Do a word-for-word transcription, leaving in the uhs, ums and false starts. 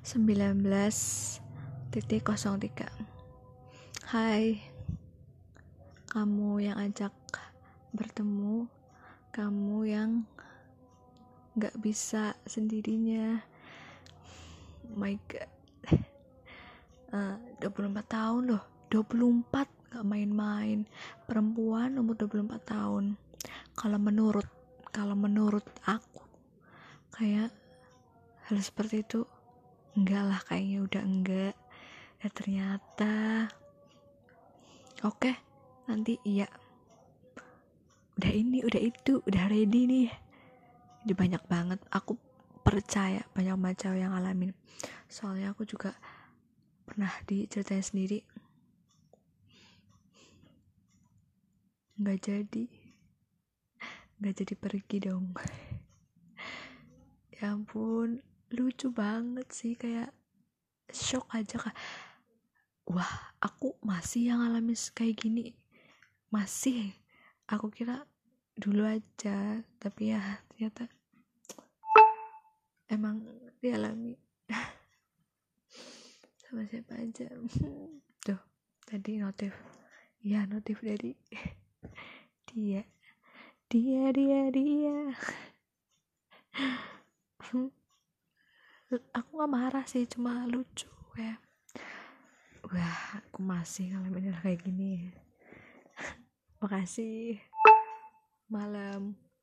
sembilan belas nol tiga. Hai, kamu yang ajak bertemu, kamu yang gak bisa sendirinya. My god, uh, dua puluh empat tahun loh, dua puluh empat, gak main-main. Perempuan umur dua puluh empat tahun. Kalau menurut kalau menurut aku kayak hal seperti itu enggak lah, kayaknya udah enggak. Ya ternyata oke, okay, nanti iya. Udah ini, udah itu, udah ready nih. Udah banyak banget, aku percaya banyak macam yang ngalamin. Soalnya aku juga pernah diceritain sendiri. Nggak jadi, nggak jadi pergi dong. Ya ampun, lucu banget sih, kayak shock aja kak. Wah, aku masih yang ngalamin kayak gini. Masih, aku kira dulu aja, tapi ya ternyata emang dialami sama siapa aja. Tuh, tadi notif. Ya, notif dari dia. Dia, dia, dia. Aku gak marah sih, cuma lucu ya. Wah, aku masih ngalamin hal kayak gini. Makasih. Malam.